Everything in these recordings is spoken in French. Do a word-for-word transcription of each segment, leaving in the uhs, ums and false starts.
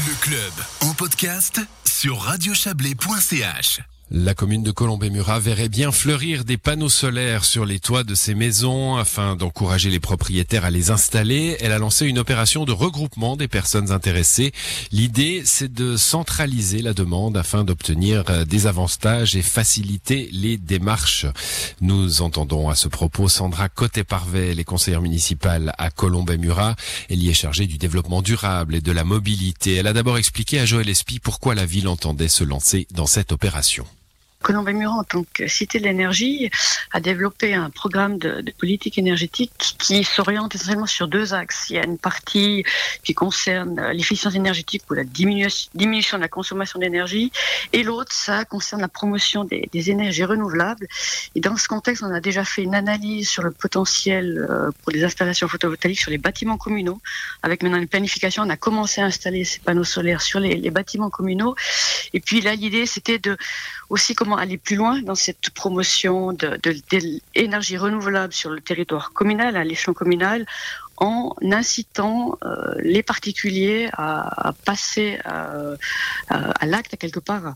Le club en podcast sur radio chablais point c h. La commune de Colombey-Murat verrait bien fleurir des panneaux solaires sur les toits de ses maisons afin d'encourager les propriétaires à les installer. Elle a lancé une opération de regroupement des personnes intéressées. L'idée, c'est de centraliser la demande afin d'obtenir des avantages et faciliter les démarches. Nous entendons à ce propos Sandra Côté-Parvet, les conseillères municipales à Colombey-Murat. Elle y est chargée du développement durable et de la mobilité. Elle a d'abord expliqué à Joël Espy pourquoi la ville entendait se lancer dans cette opération. Colombey-Murat, en tant que cité de l'énergie, a développé un programme de, de politique énergétique qui s'oriente essentiellement sur deux axes. Il y a une partie qui concerne l'efficience énergétique ou la diminution, diminution de la consommation d'énergie, et l'autre, ça concerne la promotion des, des énergies renouvelables. Et dans ce contexte, on a déjà fait une analyse sur le potentiel pour les installations photovoltaïques sur les bâtiments communaux. Avec maintenant une planification, on a commencé à installer ces panneaux solaires sur les, les bâtiments communaux. Et puis là, l'idée, c'était de aussi comment aller plus loin dans cette promotion de, de, de l'énergie renouvelable sur le territoire communal, à l'échelon communal, en incitant euh, les particuliers à, à passer euh, à, à l'acte, à quelque part,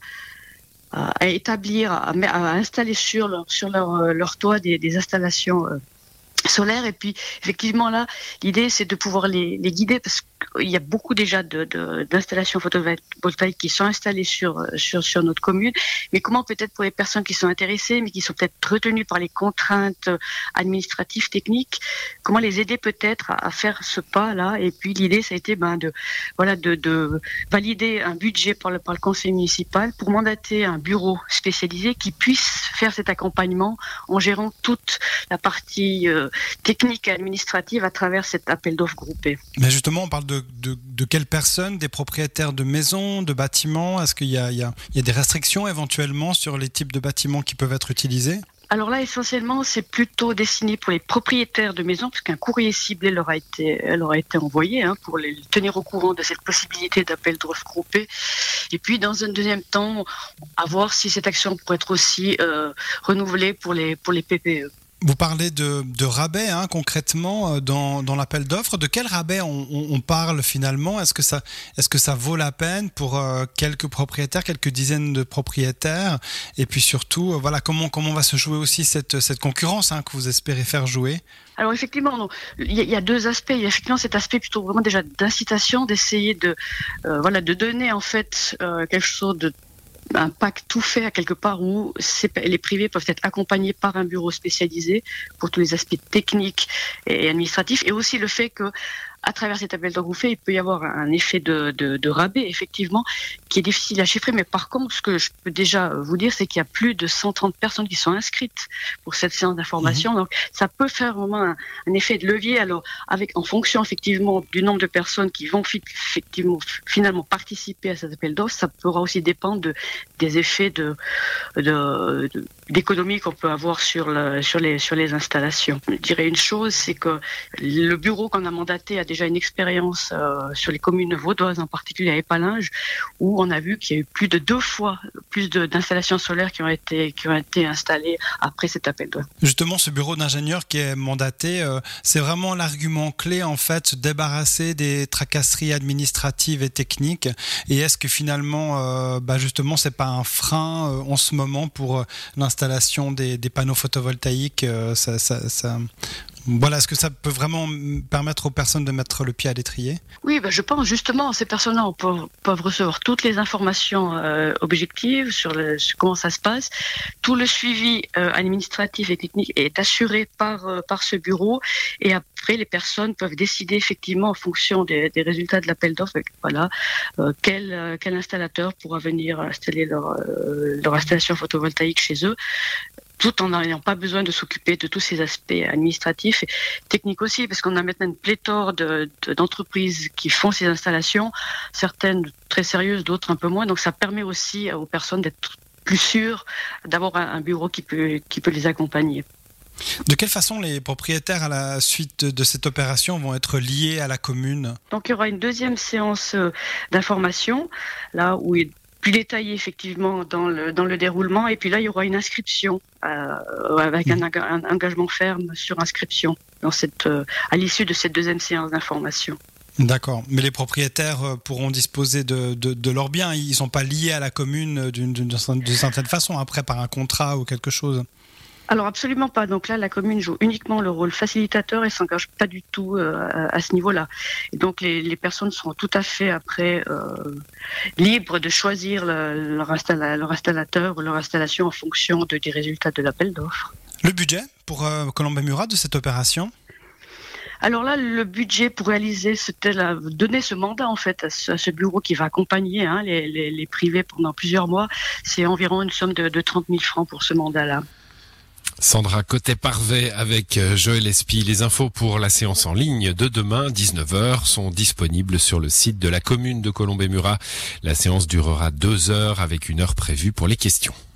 à, à établir, à, à installer sur leur, sur leur, leur toit des, des installations euh, solaires. Et puis, effectivement, là, l'idée, c'est de pouvoir les, les guider, parce qu'il y a beaucoup déjà de, de, d'installations photovoltaïques qui sont installées sur, sur, sur notre commune. Mais comment peut-être pour les personnes qui sont intéressées, mais qui sont peut-être retenues par les contraintes administratives, techniques, comment les aider peut-être à, à faire ce pas-là. Et puis, l'idée, ça a été ben, de, voilà, de, de valider un budget par le, par le conseil municipal pour mandater un bureau spécialisé qui puisse faire cet accompagnement en gérant toute la partie euh, technique et administrative à travers cet appel d'offres groupé. Mais justement, on parle de, de, de quelles personnes? Des propriétaires de maisons, de bâtiments? Est-ce qu'il y a, il y a, il y a des restrictions éventuellement sur les types de bâtiments qui peuvent être utilisés? Alors là, essentiellement, c'est plutôt destiné pour les propriétaires de maisons, parce qu'un courrier ciblé leur a été, leur a été envoyé hein, pour les tenir au courant de cette possibilité d'appel d'offres groupé. Et puis, dans un deuxième temps, à voir si cette action pourrait être aussi euh, renouvelée pour les, pour les P P E. Vous parlez de, de rabais hein, concrètement dans, dans l'appel d'offres. De quel rabais on, on, on parle finalement? Est-ce que ça, est-ce que ça vaut la peine pour euh, quelques propriétaires, quelques dizaines de propriétaires? Et puis surtout, euh, voilà, comment, comment va se jouer aussi cette, cette concurrence hein, que vous espérez faire jouer? Alors effectivement, non, il, y a, il y a deux aspects. Il y a effectivement cet aspect plutôt vraiment déjà d'incitation, d'essayer de, euh, voilà, de donner en fait euh, quelque chose de un pack tout fait à quelque part où les privés peuvent être accompagnés par un bureau spécialisé pour tous les aspects techniques et administratifs, et aussi le fait que à travers cet appel d'offres groupé, il peut y avoir un effet de, de, de rabais, effectivement, qui est difficile à chiffrer. Mais par contre, ce que je peux déjà vous dire, c'est qu'il y a plus de cent trente personnes qui sont inscrites pour cette séance d'information. Mmh. Donc, ça peut faire vraiment un, un effet de levier. Alors, avec, en fonction, effectivement, du nombre de personnes qui vont effectivement, finalement participer à cet appel d'offres, ça pourra aussi dépendre de, des effets de, de, de, d'économie qu'on peut avoir sur, le, sur, les, sur les installations. Je dirais une chose, c'est que le bureau qu'on a mandaté a déjà une expérience euh, sur les communes vaudoises, en particulier à Épalinges, où on a vu qu'il y a eu plus de deux fois plus de, d'installations solaires qui ont été, qui ont été installées après cet appel d'offres. Justement, ce bureau d'ingénieurs qui est mandaté, euh, c'est vraiment l'argument clé, en fait, se débarrasser des tracasseries administratives et techniques. Et est-ce que finalement, euh, bah justement, c'est pas un frein euh, en ce moment pour euh, l'installation des, des panneaux photovoltaïques euh, ça, ça, ça... Voilà, est-ce que ça peut vraiment permettre aux personnes de mettre le pied à l'étrier? Oui, ben je pense justement ces personnes-là peuvent, peuvent recevoir toutes les informations euh, objectives sur, le, sur comment ça se passe. Tout le suivi euh, administratif et technique est assuré par, euh, par ce bureau, et après les personnes peuvent décider effectivement en fonction des, des résultats de l'appel d'offres, voilà, euh, quel, euh, quel installateur pourra venir installer leur, euh, leur installation photovoltaïque chez eux, tout en n'ayant pas besoin de s'occuper de tous ces aspects administratifs et techniques aussi, parce qu'on a maintenant une pléthore de, de, d'entreprises qui font ces installations, certaines très sérieuses, d'autres un peu moins. Donc ça permet aussi aux personnes d'être plus sûres d'avoir un, un bureau qui peut, qui peut les accompagner. De quelle façon les propriétaires, à la suite de cette opération, vont être liés à la commune? Donc il y aura une deuxième séance d'information, là où il plus détaillé effectivement dans le, dans le déroulement, et puis là il y aura une inscription euh, avec un, un engagement ferme sur inscription dans cette, euh, à l'issue de cette deuxième séance d'information. D'accord. Mais les propriétaires pourront disposer de, de, de leurs biens. Ils ne sont pas liés à la commune d'une, d'une, d'une certaine façon, après par un contrat ou quelque chose. Alors absolument pas. Donc là, la commune joue uniquement le rôle facilitateur et s'engage pas du tout euh, à, à ce niveau-là. Et donc les, les personnes sont tout à fait après euh, libres de choisir le, leur, installa, leur installateur ou leur installation en fonction de, des résultats de l'appel d'offres. Le budget pour euh, Colombe et Murat de cette opération ? Alors là, le budget pour réaliser, c'était la, donner ce mandat en fait à ce, à ce bureau qui va accompagner hein, les, les, les privés pendant plusieurs mois. C'est environ une somme de, de trente mille francs pour ce mandat-là. Sandra Cotet-Parvet avec Joël Espy. Les infos pour la séance en ligne de demain, dix-neuf heures, sont disponibles sur le site de la commune de Colombe et Murat. La séance durera deux heures avec une heure prévue pour les questions.